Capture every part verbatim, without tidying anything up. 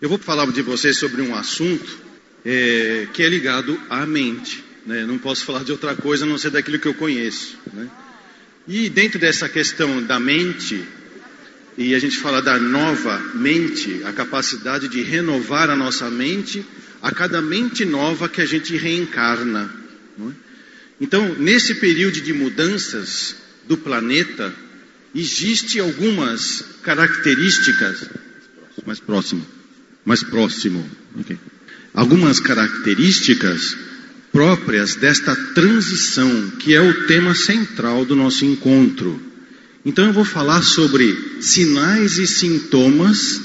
Eu vou falar de vocês sobre um assunto é, que é ligado à mente, né? Não posso falar de outra coisa a não ser daquilo que eu conheço, né? E dentro dessa questão da mente, e a gente fala da nova mente, a capacidade de renovar a nossa mente a cada mente nova que a gente reencarna, não é? Então, nesse período de mudanças do planeta, existem algumas características, mais próximo, mais próximo, okay. Algumas características próprias desta transição, que é o tema central do nosso encontro. Então eu vou falar sobre sinais e sintomas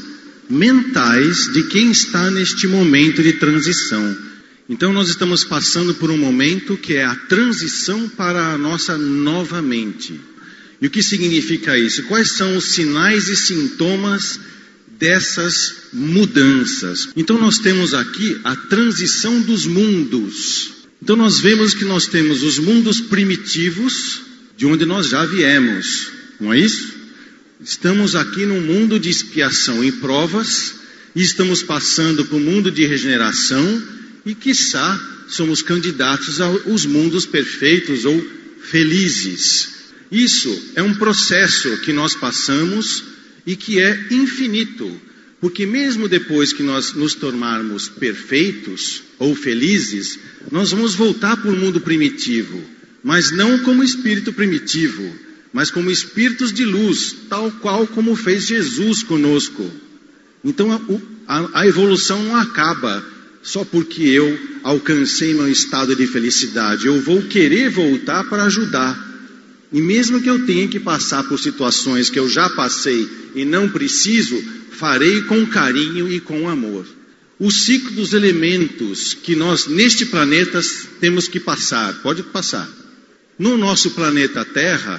mentais de quem está neste momento de transição. Então nós estamos passando por um momento que é a transição para a nossa nova mente. E o que significa isso? Quais são os sinais e sintomas dessas mudanças? Então nós temos aqui a transição dos mundos. Então nós vemos que nós temos os mundos primitivos, de onde nós já viemos, não é isso? Estamos aqui num mundo de expiação e provas, e estamos passando para o mundo de regeneração, e quiçá somos candidatos aos mundos perfeitos ou felizes. Isso é um processo que nós passamos e que é infinito, porque mesmo depois que nós nos tornarmos perfeitos ou felizes, nós vamos voltar para o mundo primitivo, mas não como espírito primitivo, mas como espíritos de luz, tal qual como fez Jesus conosco. Então a, a, a evolução não acaba só porque eu alcancei meu estado de felicidade. Eu vou querer voltar para ajudar. E mesmo que eu tenha que passar por situações que eu já passei e não preciso, farei com carinho e com amor. O ciclo dos elementos que nós neste planeta temos que passar, pode passar. No nosso planeta Terra,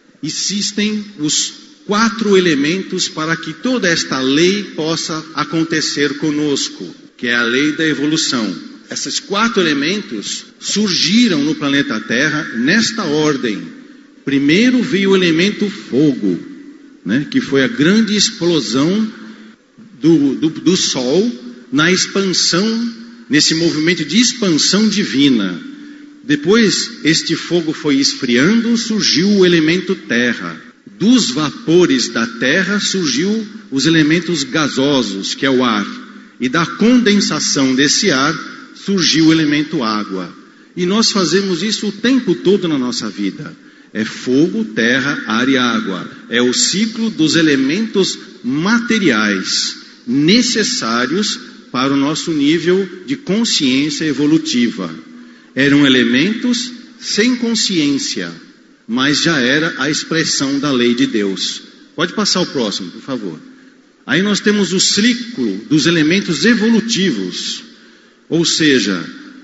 existem os quatro elementos para que toda esta lei possa acontecer conosco, que é a lei da evolução. Esses quatro elementos surgiram no planeta Terra nesta ordem. Primeiro veio o elemento fogo, né, que foi a grande explosão do, do, do Sol na expansão, nesse movimento de expansão divina. Depois, este fogo foi esfriando, surgiu o elemento terra. Dos vapores da terra surgiu os elementos gasosos, que é o ar. E da condensação desse ar surgiu o elemento água. E nós fazemos isso o tempo todo na nossa vida. É fogo, terra, ar e água. É o ciclo dos elementos materiais necessários para o nosso nível de consciência evolutiva. Eram elementos sem consciência, mas já era a expressão da lei de Deus. Pode passar o próximo, por favor. Aí nós temos o ciclo dos elementos evolutivos. Ou seja,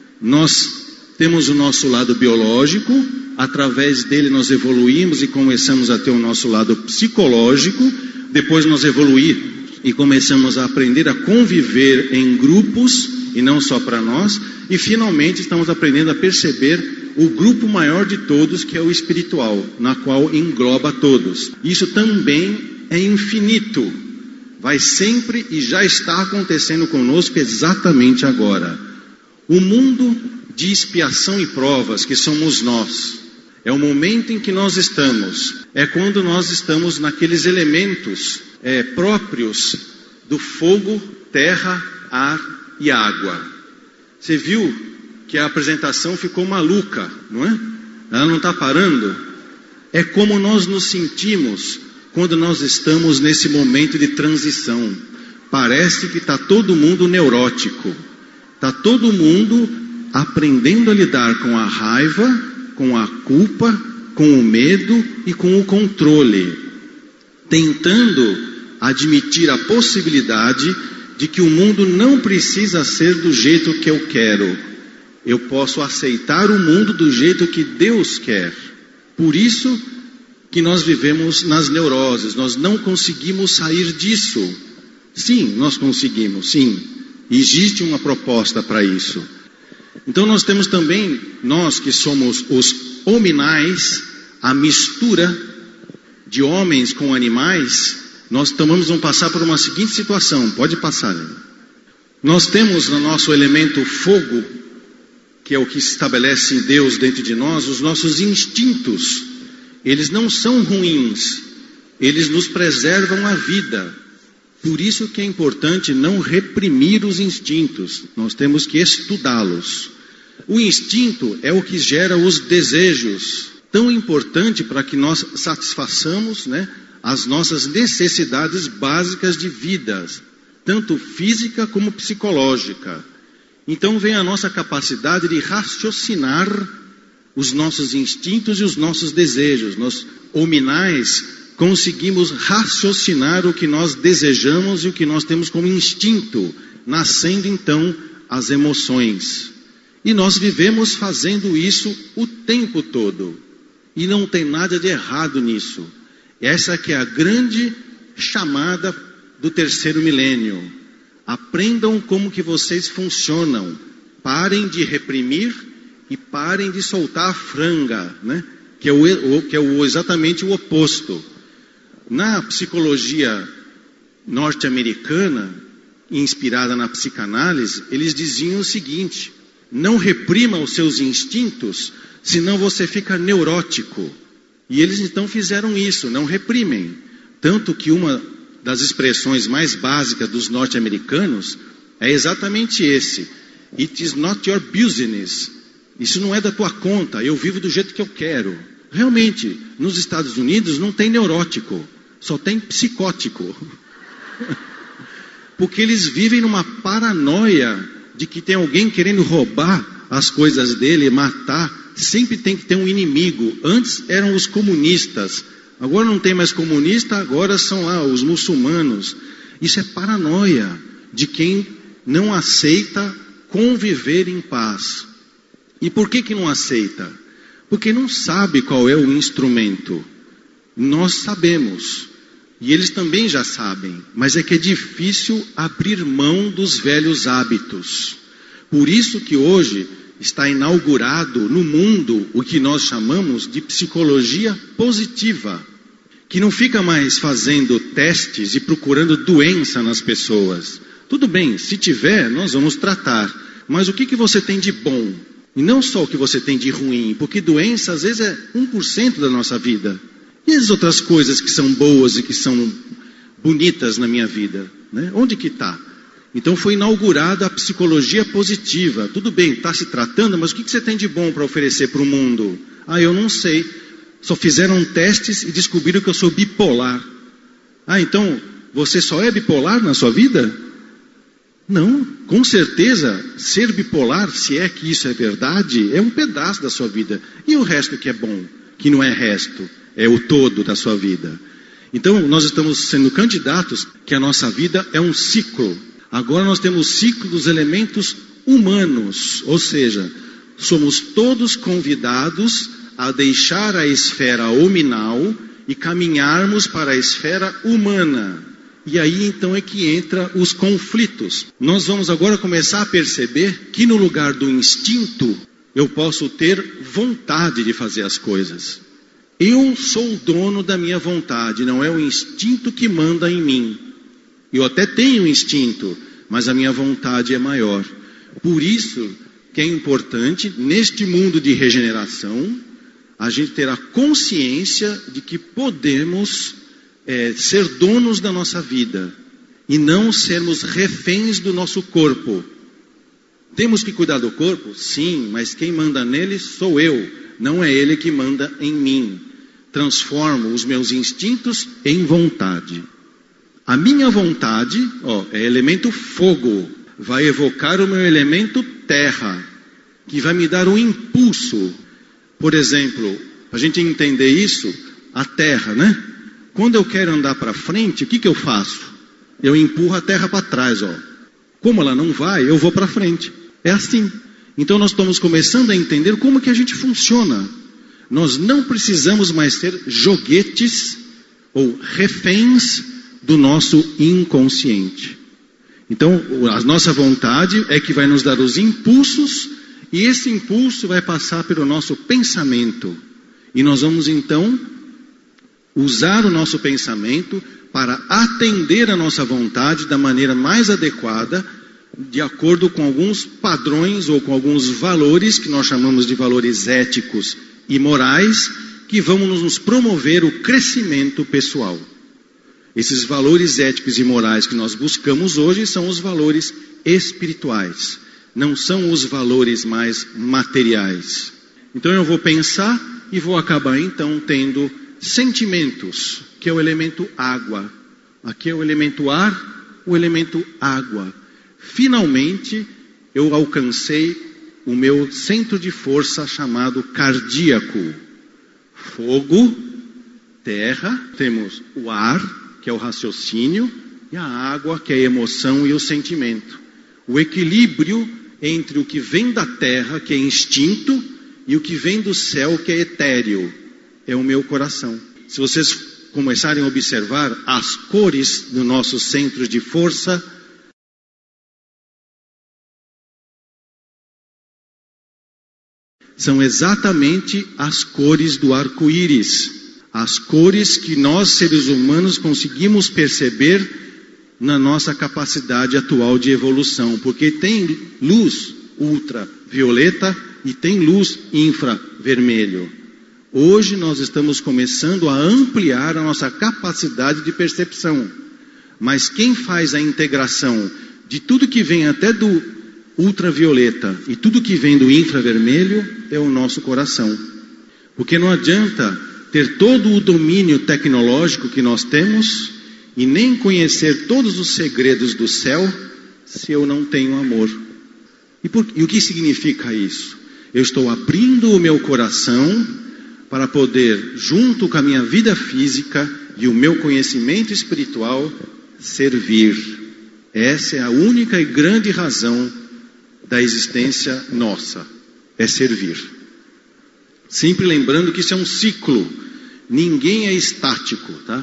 nós temos o nosso lado biológico, através dele nós evoluímos e começamos a ter o nosso lado psicológico, depois nós evoluímos e começamos a aprender a conviver em grupos, e não só para nós, e finalmente estamos aprendendo a perceber o grupo maior de todos, que é o espiritual, na qual engloba todos. Isso também é infinito, vai sempre e já está acontecendo conosco exatamente agora. O mundo de expiação e provas, que somos nós, é o momento em que nós estamos, é quando nós estamos naqueles elementos é, próprios do fogo, terra, ar e água. Você viu que a apresentação ficou maluca, não é? Ela não está parando. É como nós nos sentimos quando nós estamos nesse momento de transição. Parece que está todo mundo neurótico. Está todo mundo aprendendo a lidar com a raiva, com a culpa, com o medo e com o controle. Tentando admitir a possibilidade de que o mundo não precisa ser do jeito que eu quero. Eu posso aceitar o mundo do jeito que Deus quer. Por isso que nós vivemos nas neuroses, nós não conseguimos sair disso. Sim, nós conseguimos, sim. Existe uma proposta para isso. Então nós temos também, nós que somos os hominais, a mistura de homens com animais, nós também vamos passar por uma seguinte situação. Pode passar, né? Nós temos no nosso elemento fogo, que é o que estabelece Deus dentro de nós, os nossos instintos. Eles não são ruins, eles nos preservam a vida. Por isso que é importante não reprimir os instintos, nós temos que estudá-los. O instinto é o que gera os desejos, tão importante para que nós satisfaçamos, né, as nossas necessidades básicas de vida, tanto física como psicológica. Então vem a nossa capacidade de raciocinar os nossos instintos e os nossos desejos. Nós, hominais, conseguimos raciocinar o que nós desejamos e o que nós temos como instinto, nascendo então as emoções. E nós vivemos fazendo isso o tempo todo. E não tem nada de errado nisso. Essa que é a grande chamada do terceiro milênio. Aprendam como que vocês funcionam. Parem de reprimir e parem de soltar a franga, né? Que é, o, que é o, exatamente o oposto. Na psicologia norte-americana, inspirada na psicanálise, eles diziam o seguinte: não reprima os seus instintos, senão você fica neurótico. E eles então fizeram isso, não reprimem. Tanto que uma das expressões mais básicas dos norte-americanos é exatamente esse: it is not your business. Isso não é da tua conta, eu vivo do jeito que eu quero. Realmente, nos Estados Unidos não tem neurótico, só tem psicótico. Porque eles vivem numa paranoia de que tem alguém querendo roubar as coisas dele, matar. Sempre tem que ter um inimigo. Antes eram os comunistas, agora não tem mais comunista, agora são lá os muçulmanos. Isso é paranoia de quem não aceita conviver em paz. E por que que não aceita? Porque não sabe qual é o instrumento. Nós sabemos, e eles também já sabem, mas é que é difícil abrir mão dos velhos hábitos. Por isso que hoje está inaugurado no mundo o que nós chamamos de psicologia positiva, que não fica mais fazendo testes e procurando doença nas pessoas. Tudo bem, se tiver, nós vamos tratar, mas o que que você tem de bom? E não só o que você tem de ruim, porque doença às vezes é um por cento da nossa vida. E as outras coisas que são boas e que são bonitas na minha vida, né? Onde que está? Então foi inaugurada a psicologia positiva. Tudo bem, está se tratando, mas o que que você tem de bom para oferecer para o mundo? Ah, eu não sei. Só fizeram testes e descobriram que eu sou bipolar. Ah, então você só é bipolar na sua vida? Não, com certeza, ser bipolar, se é que isso é verdade, é um pedaço da sua vida. E o resto que é bom, que não é resto, é o todo da sua vida. Então, nós estamos sendo candidatos que a nossa vida é um ciclo. Agora nós temos o ciclo dos elementos humanos, ou seja, somos todos convidados a deixar a esfera hominal e caminharmos para a esfera humana. E aí então é que entra os conflitos. Nós vamos agora começar a perceber que no lugar do instinto, eu posso ter vontade de fazer as coisas. Eu sou o dono da minha vontade, não é o instinto que manda em mim. Eu até tenho instinto, mas a minha vontade é maior. Por isso que é importante, neste mundo de regeneração, a gente ter a consciência de que podemos É, ser donos da nossa vida e não sermos reféns do nosso corpo. Temos que cuidar do corpo? Sim, mas quem manda nele sou eu, não é ele que manda em mim. Transformo os meus instintos em vontade. A minha vontade, ó, é elemento fogo, vai evocar o meu elemento terra, que vai me dar um impulso. Por exemplo, para a gente entender isso, a terra, né? Quando eu quero andar para frente, o que que eu faço? Eu empurro a terra para trás, ó. Como ela não vai, eu vou para frente. É assim. Então nós estamos começando a entender como que a gente funciona. Nós não precisamos mais ser joguetes ou reféns do nosso inconsciente. Então a nossa vontade é que vai nos dar os impulsos, e esse impulso vai passar pelo nosso pensamento. E nós vamos então usar o nosso pensamento para atender a nossa vontade da maneira mais adequada, de acordo com alguns padrões ou com alguns valores que nós chamamos de valores éticos e morais, que vão nos promover o crescimento pessoal. Esses valores éticos e morais que nós buscamos hoje são os valores espirituais, não são os valores mais materiais. Então eu vou pensar e vou acabar então tendo sentimentos, que é o elemento água. Aqui é o elemento ar, o elemento água. Finalmente eu alcancei o meu centro de força chamado cardíaco. Fogo, terra, temos o ar, que é o raciocínio, e a água, que é a emoção e o sentimento. O equilíbrio entre o que vem da terra, que é instinto, e o que vem do céu, que é etéreo, é o meu coração. Se vocês começarem a observar as cores do nosso centro de força, são exatamente as cores do arco-íris, as cores que nós seres humanos conseguimos perceber na nossa capacidade atual de evolução, porque tem luz ultravioleta e tem luz infravermelho. Hoje nós estamos começando a ampliar a nossa capacidade de percepção, mas quem faz a integração de tudo que vem até do ultravioleta e tudo que vem do infravermelho é o nosso coração. Porque não adianta ter todo o domínio tecnológico que nós temos e nem conhecer todos os segredos do céu se eu não tenho amor. E, por, e o que significa isso? Eu estou abrindo o meu coração para poder, junto com a minha vida física e o meu conhecimento espiritual, servir. Essa é a única e grande razão da existência nossa, é servir. Sempre lembrando que isso é um ciclo, ninguém é estático, tá?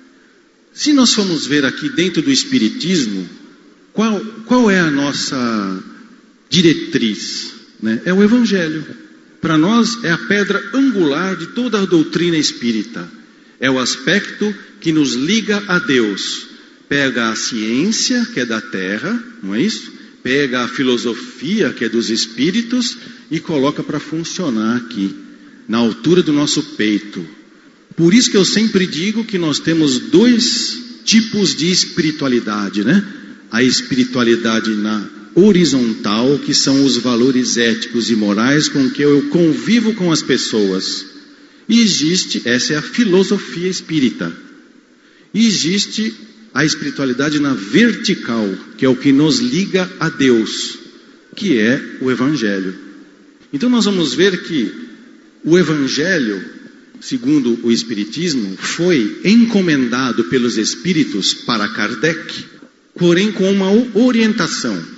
Se nós formos ver aqui dentro do Espiritismo, qual, qual é a nossa diretriz? Né? É o Evangelho. Para nós é a pedra angular de toda a doutrina espírita. É o aspecto que nos liga a Deus. Pega a ciência, que é da terra, não é isso? Pega a filosofia, que é dos espíritos, e coloca para funcionar aqui, na altura do nosso peito. Por isso que eu sempre digo que nós temos dois tipos de espiritualidade, né? A espiritualidade na horizontal, que são os valores éticos e morais com que eu convivo com as pessoas. E existe, essa é a filosofia espírita. E existe a espiritualidade na vertical, que é o que nos liga a Deus, que é o Evangelho. Então nós vamos ver que o Evangelho, segundo o Espiritismo, foi encomendado pelos Espíritos para Kardec, porém com uma orientação.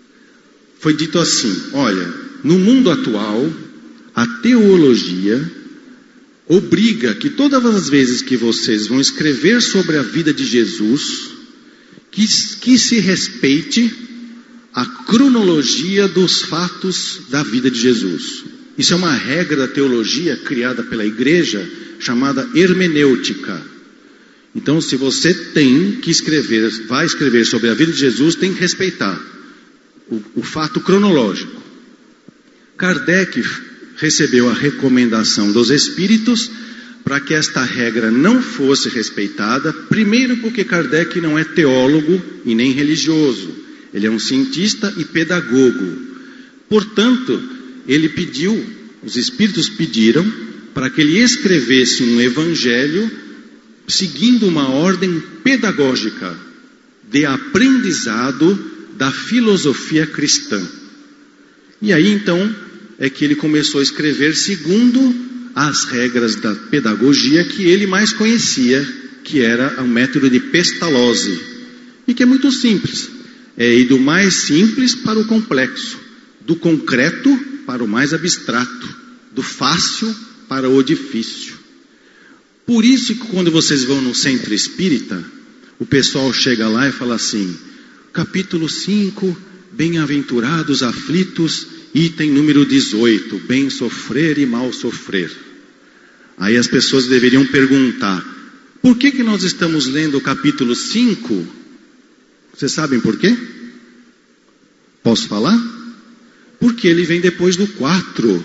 Foi dito assim, olha, no mundo atual, a teologia obriga que todas as vezes que vocês vão escrever sobre a vida de Jesus, que, que se respeite a cronologia dos fatos da vida de Jesus. Isso é uma regra da teologia criada pela igreja, chamada hermenêutica. Então, se você tem que escrever, vai escrever sobre a vida de Jesus, tem que respeitar o, o fato cronológico. Kardec recebeu a recomendação dos espíritos para que esta regra não fosse respeitada, primeiro porque Kardec não é teólogo e nem religioso, ele é um cientista e pedagogo. Portanto, ele pediu, os espíritos pediram para que ele escrevesse um evangelho seguindo uma ordem pedagógica de aprendizado da filosofia cristã. E aí então é que ele começou a escrever segundo as regras da pedagogia que ele mais conhecia, que era o método de Pestalozzi, e que é muito simples, é ir do mais simples para o complexo, do concreto para o mais abstrato, do fácil para o difícil. Por isso que quando vocês vão no centro espírita, o pessoal chega lá e fala assim, capítulo cinco, bem-aventurados aflitos, item número dezoito, bem sofrer e mal sofrer. Aí as pessoas deveriam perguntar, por que que nós estamos lendo o capítulo cinco? Vocês sabem por quê? posso falar? Porque ele vem depois do quatro.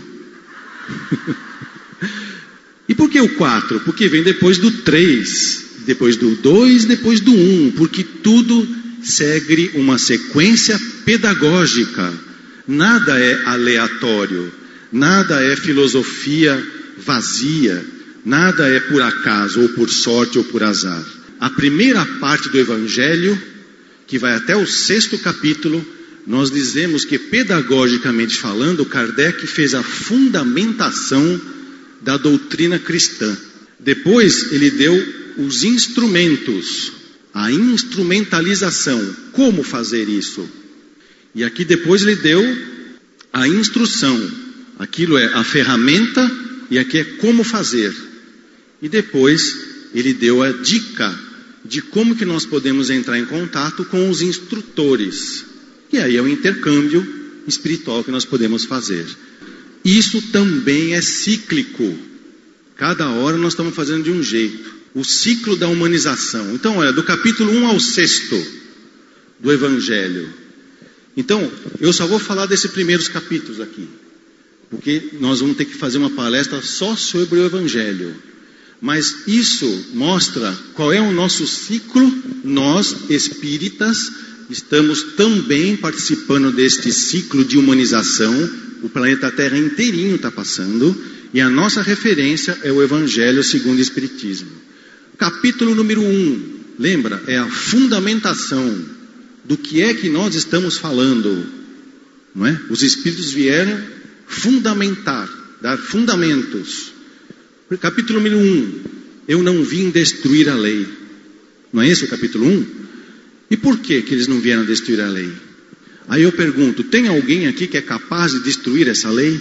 E por que o quatro? Porque vem depois do três, depois do dois, depois do um, porque tudo segue uma sequência pedagógica. Nada é aleatório, nada é filosofia vazia, nada é por acaso, ou por sorte, ou por azar. A primeira parte do Evangelho, que vai até o sexto capítulo, nós dizemos que, pedagogicamente falando, Kardec fez a fundamentação da doutrina cristã. Depois ele deu os instrumentos, a instrumentalização, como fazer isso. E aqui depois ele deu a instrução, aquilo é a ferramenta e aqui é como fazer. E depois ele deu a dica de como que nós podemos entrar em contato com os instrutores. E aí é o intercâmbio espiritual que nós podemos fazer. Isso também é cíclico. Cada hora nós estamos fazendo de um jeito. O ciclo da humanização. Então, olha, do capítulo um ao sexto do Evangelho. Então, eu só vou falar desses primeiros capítulos aqui. Porque nós vamos ter que fazer uma palestra só sobre o Evangelho. Mas isso mostra qual é o nosso ciclo. Nós, espíritas, estamos também participando deste ciclo de humanização. O planeta Terra inteirinho está passando. E a nossa referência é o Evangelho segundo o Espiritismo. Capítulo número um, lembra? É a fundamentação do que é que nós estamos falando. Não é? Os Espíritos vieram fundamentar, dar fundamentos. Capítulo número um, eu não vim destruir a lei. Não é esse o capítulo um? E por que que eles não vieram destruir a lei? Aí eu pergunto, tem alguém aqui que é capaz de destruir essa lei?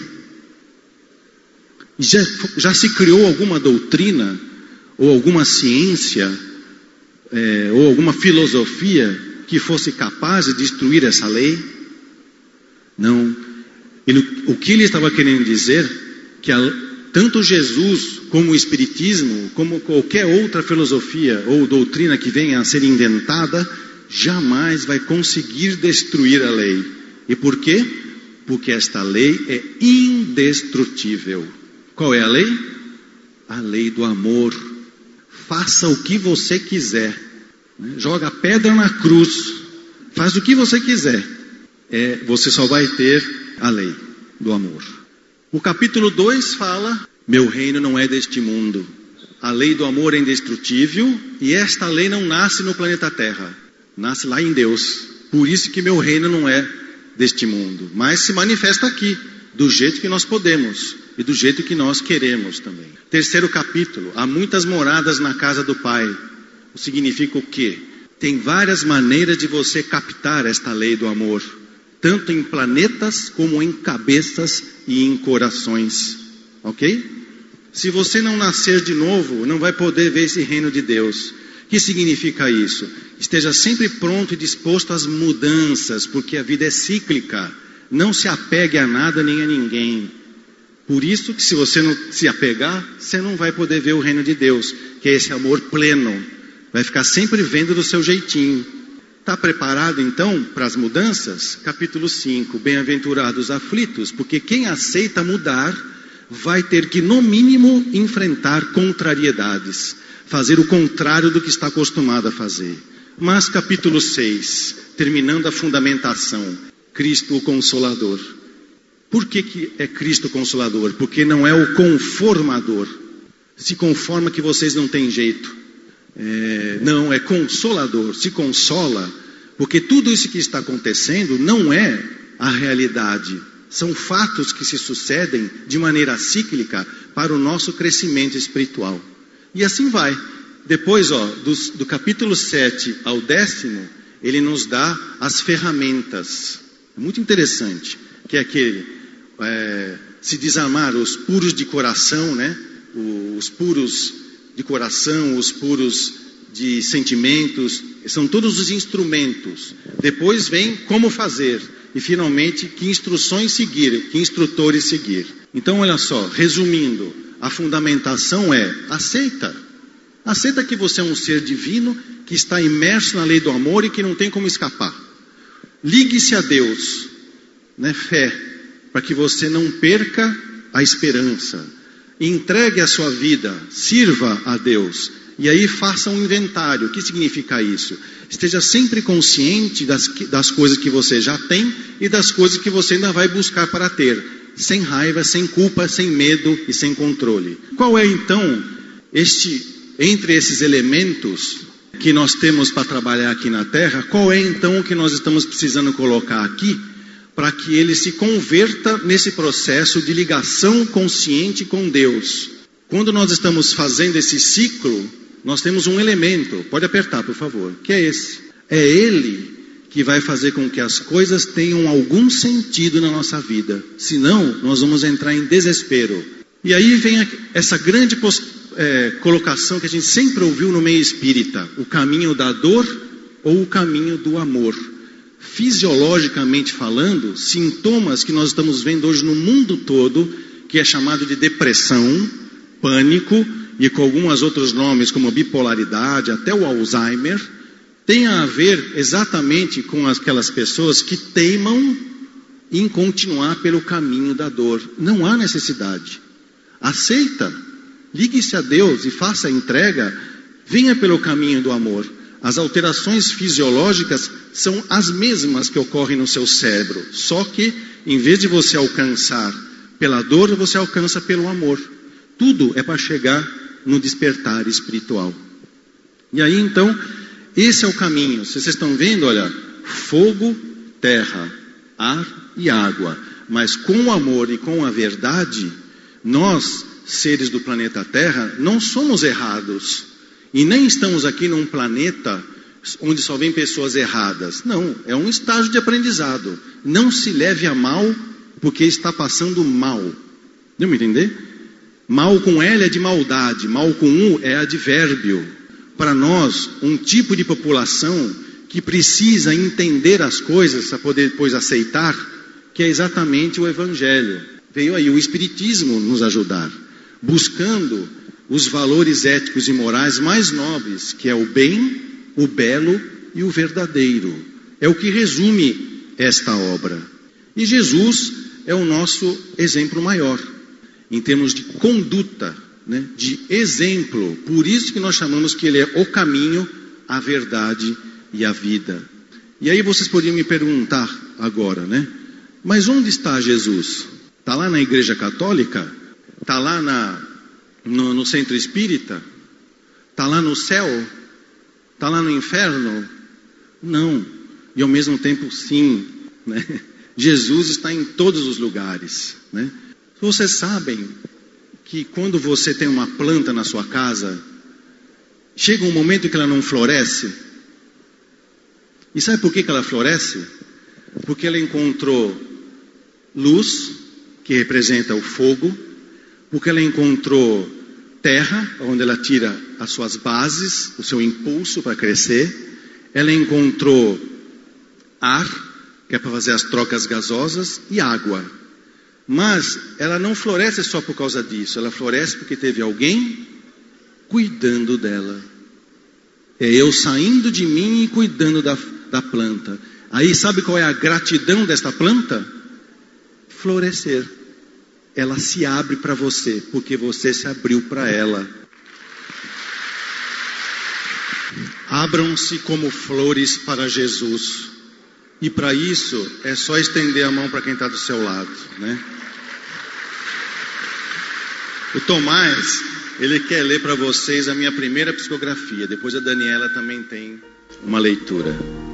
Já, já se criou alguma doutrina, ou alguma ciência, é, ou alguma filosofia que fosse capaz de destruir essa lei? Não. Ele, o que ele estava querendo dizer, que a, tanto Jesus como o Espiritismo, como qualquer outra filosofia ou doutrina que venha a ser inventada, jamais vai conseguir destruir a lei. E por quê? Porque esta lei é indestrutível. Qual é a lei? A lei do amor. Faça o que você quiser. Joga pedra na cruz. Faz o que você quiser. É, você só vai ter a lei do amor. O capítulo dois fala: meu reino não é deste mundo. A lei do amor é indestrutível e esta lei não nasce no planeta Terra. Nasce lá em Deus. Por isso que meu reino não é deste mundo. Mas se manifesta aqui, do jeito que nós podemos e do jeito que nós queremos também. Terceiro capítulo. Há muitas moradas na casa do Pai. Significa o quê? Tem várias maneiras de você captar esta lei do amor. Tanto em planetas como em cabeças e em corações. Ok? Se você não nascer de novo, não vai poder ver esse reino de Deus. O que significa isso? Esteja sempre pronto e disposto às mudanças, porque a vida é cíclica. Não se apegue a nada nem a ninguém. Por isso que se você não se apegar, você não vai poder ver o reino de Deus, que é esse amor pleno. Vai ficar sempre vendo do seu jeitinho. Está preparado então para as mudanças? Capítulo cinco. Bem-aventurados aflitos, porque quem aceita mudar vai ter que no mínimo enfrentar contrariedades. Fazer o contrário do que está acostumado a fazer. Mas capítulo seis, terminando a fundamentação, Cristo o Consolador. Por que que é Cristo o Consolador? Porque não é o conformador. Se conforma que vocês não têm jeito. É, não, é consolador. Se consola, porque tudo isso que está acontecendo não é a realidade. São fatos que se sucedem de maneira cíclica para o nosso crescimento espiritual. E assim vai. Depois, ó, do, do capítulo sete ao décimo, ele nos dá as ferramentas. É muito interessante. Que é aquele, é, se desarmar os puros de coração, né? Os puros de coração, os puros de sentimentos. São todos os instrumentos. Depois vem como fazer. E finalmente, que instruções seguir, que instrutores seguir. Então, olha só, resumindo, a fundamentação é: aceita. Aceita que você é um ser divino, que está imerso na lei do amor e que não tem como escapar. Ligue-se a Deus, né? Fé, para que você não perca a esperança. Entregue a sua vida, sirva a Deus. E aí faça um inventário. O que significa isso? Esteja sempre consciente das, das coisas que você já tem e das coisas que você ainda vai buscar para ter. Sem raiva, sem culpa, sem medo e sem controle. Qual é então, este, entre esses elementos que nós temos para trabalhar aqui na Terra, qual é então o que nós estamos precisando colocar aqui para que ele se converta nesse processo de ligação consciente com Deus? Quando nós estamos fazendo esse ciclo, nós temos um elemento, pode apertar por favor, que é esse. É ele que vai fazer com que as coisas tenham algum sentido na nossa vida. Senão, nós vamos entrar em desespero. E aí vem essa grande é, colocação que a gente sempre ouviu no meio espírita. O caminho da dor ou o caminho do amor. Fisiologicamente falando, sintomas que nós estamos vendo hoje no mundo todo, que é chamado de depressão, pânico, e com alguns outros nomes como bipolaridade, até o Alzheimer, tem a ver exatamente com aquelas pessoas que teimam em continuar pelo caminho da dor. Não há necessidade. Aceita, ligue-se a Deus e faça a entrega, venha pelo caminho do amor. As alterações fisiológicas são as mesmas que ocorrem no seu cérebro, só que em vez de você alcançar pela dor, você alcança pelo amor. Tudo é para chegar no despertar espiritual. E aí então, esse é o caminho. Vocês estão vendo, olha, fogo, terra, ar e água. Mas com o amor e com a verdade, nós, seres do planeta Terra, não somos errados. E nem estamos aqui num planeta onde só vem pessoas erradas. Não, é um estágio de aprendizado. Não se leve a mal porque está passando mal. Deu me entender? Mal com L é de maldade, mal com U é advérbio. Para nós, um tipo de população que precisa entender as coisas para poder depois aceitar, que é exatamente o Evangelho. Veio aí o Espiritismo nos ajudar, buscando os valores éticos e morais mais nobres, que é o bem, o belo e o verdadeiro. É o que resume esta obra. E Jesus é o nosso exemplo maior, em termos de conduta, né, de exemplo. Por isso que nós chamamos que ele é o caminho, a verdade e a vida. E aí vocês poderiam me perguntar agora, né? Mas onde está Jesus? Está lá na igreja católica? Está lá na, no, no centro espírita? Está lá no céu? Está lá no inferno? Não. E ao mesmo tempo sim, né? Jesus está em todos os lugares, né? Vocês sabem que quando você tem uma planta na sua casa, chega um momento que ela não floresce. E sabe por que que ela floresce? Porque ela encontrou luz, que representa o fogo, porque ela encontrou terra, onde ela tira as suas bases, o seu impulso para crescer. Ela encontrou ar, que é para fazer as trocas gasosas, e água. Mas ela não floresce só por causa disso, ela floresce porque teve alguém cuidando dela. É eu saindo de mim e cuidando da, da planta. Aí sabe qual é a gratidão desta planta? Florescer. Ela se abre para você, porque você se abriu para ela. Abram-se como flores para Jesus. E para isso é só estender a mão para quem está do seu lado, né? O Tomás, ele quer ler para vocês a minha primeira psicografia. Depois a Daniela também tem uma leitura.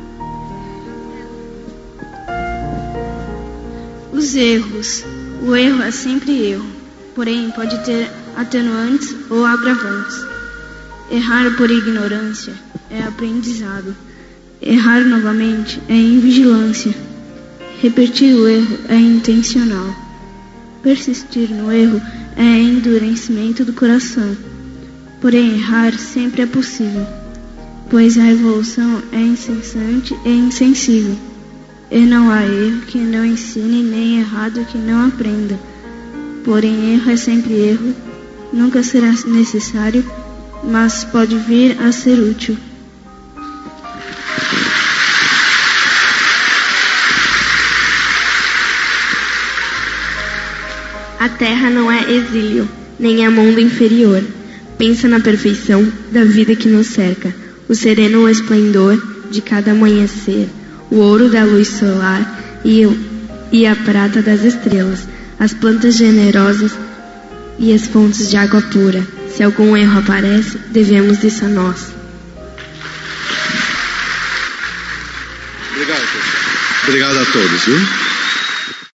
Os erros. O erro é sempre erro, porém pode ter atenuantes ou agravantes. Errar por ignorância é aprendizado. Errar novamente é invigilância. Repetir o erro é intencional. Persistir no erro é endurecimento do coração. Porém, errar sempre é possível, pois a evolução é incessante e insensível. E não há erro que não ensine, nem errado que não aprenda. Porém, erro é sempre erro, nunca será necessário, mas pode vir a ser útil. A terra não é exílio, nem é mundo inferior. Pensa na perfeição da vida que nos cerca, o sereno esplendor de cada amanhecer, o ouro da luz solar e, e a prata das estrelas, as plantas generosas e as fontes de água pura. Se algum erro aparece, devemos isso a nós. Obrigado, obrigado a todos, viu?